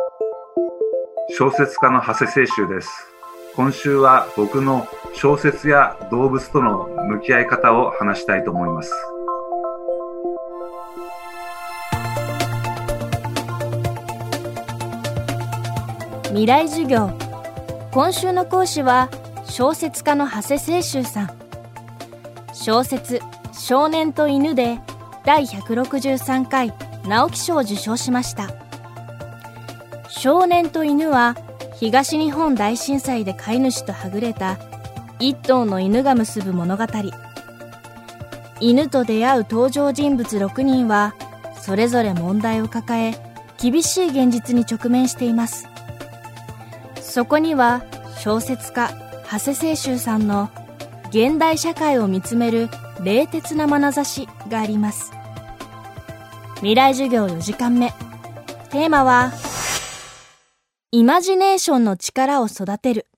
小説家の長谷清舟です。今週は僕の小説や動物との向き合い方を話したいと思います。 未来授業。今週の講師は小説家の長谷清舟さん。小説少年と犬で第163回直木賞を受賞しました。少年と犬は東日本大震災で飼い主とはぐれた一頭の犬が結ぶ物語。犬と出会う登場人物6人はそれぞれ問題を抱え、厳しい現実に直面しています。そこには小説家長谷清舟さんの現代社会を見つめる冷徹な眼差しがあります。未来授業4時間目。テーマはイマジネーションの力を育てる。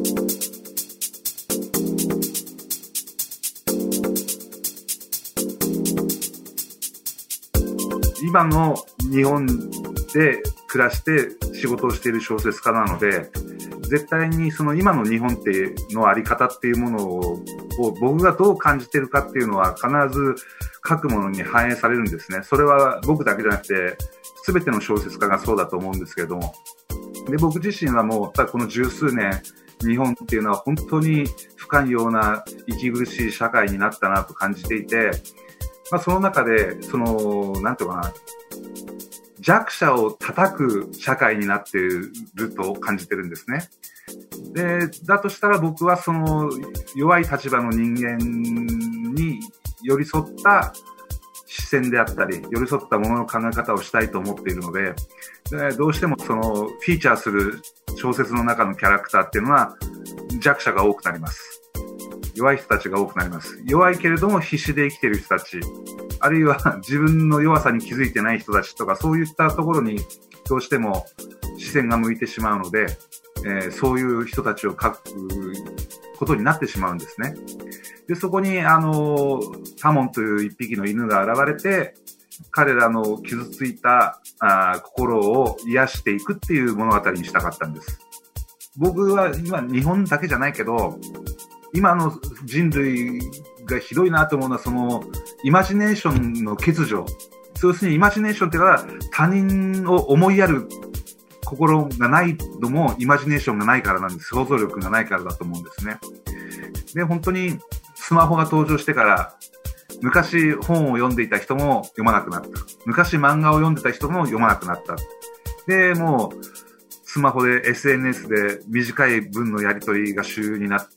今の日本で暮らして仕事をしている小説家なので、絶対にその今の日本ってのあり方っていうものを僕がどう感じてるかっていうのは必ず書くものに反映されるんですね。それは僕だけじゃなくて全ての小説家がそうだと思うんですけれども、で僕自身はもうやっぱりこの十数年日本っていうのは本当に不寛容な息苦しい社会になったなと感じていて、その中でなんていうかな、弱者を叩く社会になっていると感じてるんですね。でだとしたら僕はその弱い立場の人間に寄り添った視線であったり寄り添ったものの考え方をしたいと思っているので、どうしてもそのフィーチャーする小説の中のキャラクターっていうのは弱者が多くなります。弱い人たちが多くなります。弱いけれども必死で生きている人たち、あるいは自分の弱さに気づいてない人たちとか、そういったところにどうしても視線が向いてしまうので、そういう人たちを描くことになってしまうんですね。でそこにタモンという一匹の犬が現れて、彼らの傷ついた心を癒していくっていう物語にしたかったんです。僕は今日本だけじゃないけど、今の人類がひどいなと思うのはそのイマジネーションの欠如。要するにイマジネーションっていうのは他人を思いやる心がないのもイマジネーションがないからなんです。想像力がないからだと思うんですね。で本当にスマホが登場してから昔本を読んでいた人も読まなくなった。昔漫画を読んでた人も読まなくなった。でもうスマホで SNS で短い文のやり取りが主流になって、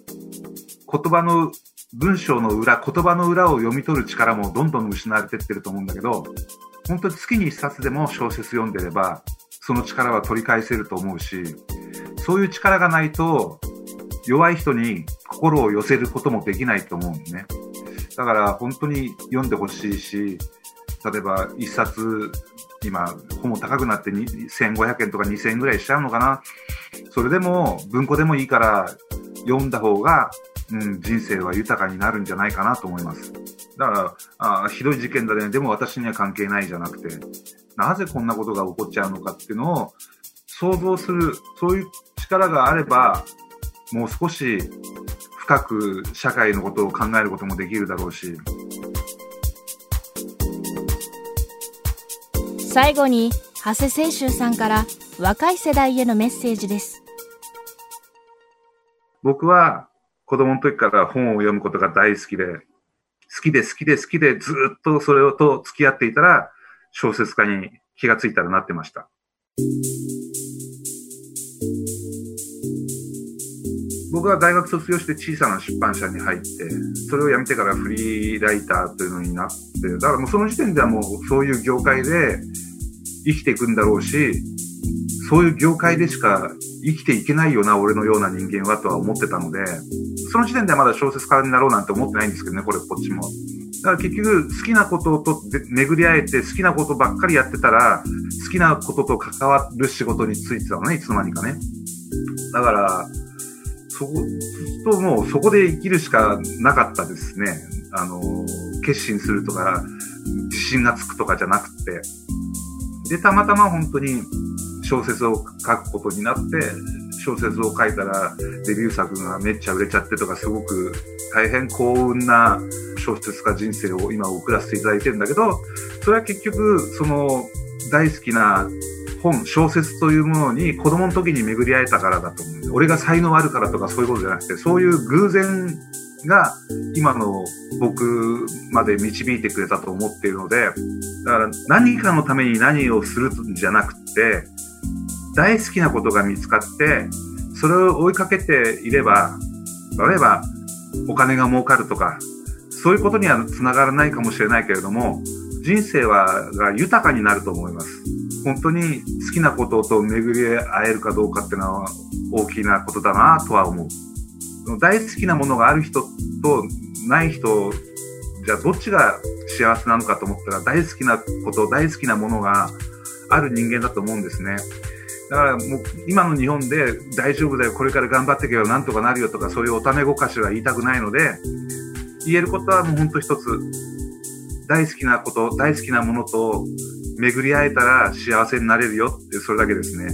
文章の裏、言葉の裏を読み取る力もどんどん失われていってると思うんだけど、本当に月に一冊でも小説読んでればその力は取り返せると思うし、そういう力がないと弱い人に心を寄せることもできないと思うんですね。だから本当に読んでほしいし、例えば一冊今本も高くなって1500円とか2000円ぐらいしちゃうのかな。それでも文庫でもいいから読んだ方が、人生は豊かになるんじゃないかなと思います。だからひどい事件だね、でも私には関係ないじゃなくて、なぜこんなことが起こっちゃうのかっていうのを想像する、そういう力があればもう少し深く社会のことを考えることもできるだろうし。 最後に長谷清舟さんから若い世代へのメッセージです。 僕は子供の時から本を読むことが大好きで、ずっとそれと付き合っていたら小説家に気がついたらなってました。僕は大学卒業して小さな出版社に入って、それを辞めてからフリーライターというのになって、だからもうその時点ではもうそういう業界で生きていくんだろうし、そういう業界でしか生きていけないよな俺のような人間はとは思ってたので、その時点ではまだ小説家になろうなんて思ってないんですけどね、こっちも。だから結局好きなことと巡り合えて好きなことばっかりやってたら、好きなことと関わる仕事に就いてたのね、いつの間にかね。だからもうそこで生きるしかなかったですね。決心するとか自信がつくとかじゃなくて、 で、たまたま本当に小説を書くことになって、小説を書いたらデビュー作がめっちゃ売れちゃってとか、すごく大変幸運な小説家人生を今送らせていただいてるんだけど、それは結局その大好きな本、小説というものに子供の時に巡り会えたからだと思う。俺が才能あるからとかそういうことじゃなくて、そういう偶然が今の僕まで導いてくれたと思っているので、だから何かのために何をするんじゃなくて、大好きなことが見つかってそれを追いかけていれば、例えばお金が儲かるとかそういうことにはつながらないかもしれないけれども、人生が豊かになると思います。本当に好きなことと巡り会えるかどうかっていうのは大きなことだなとは思う。大好きなものがある人とない人じゃあどっちが幸せなのかと思ったら、大好きなこと、大好きなものがある人間だと思うんですね。だからもう今の日本で大丈夫だよ、これから頑張っていけばなんとかなるよとか、そういうおためごかしは言いたくないので、言えることはもう本当一つ、大好きなこと、大好きなものと巡り会えたら幸せになれるよって、それだけですね。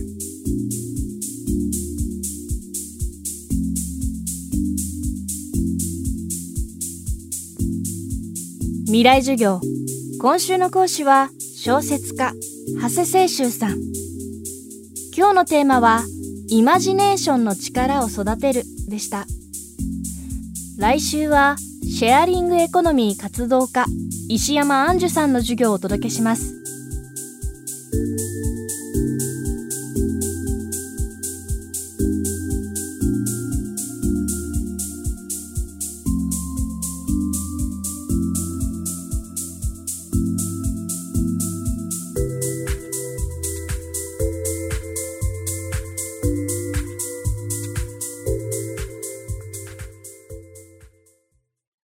未来授業、今週の講師は小説家長谷清舟さん。今日のテーマはイマジネーションの力を育てるでした。来週はシェアリングエコノミー活動家石山杏樹さんの授業をお届けします。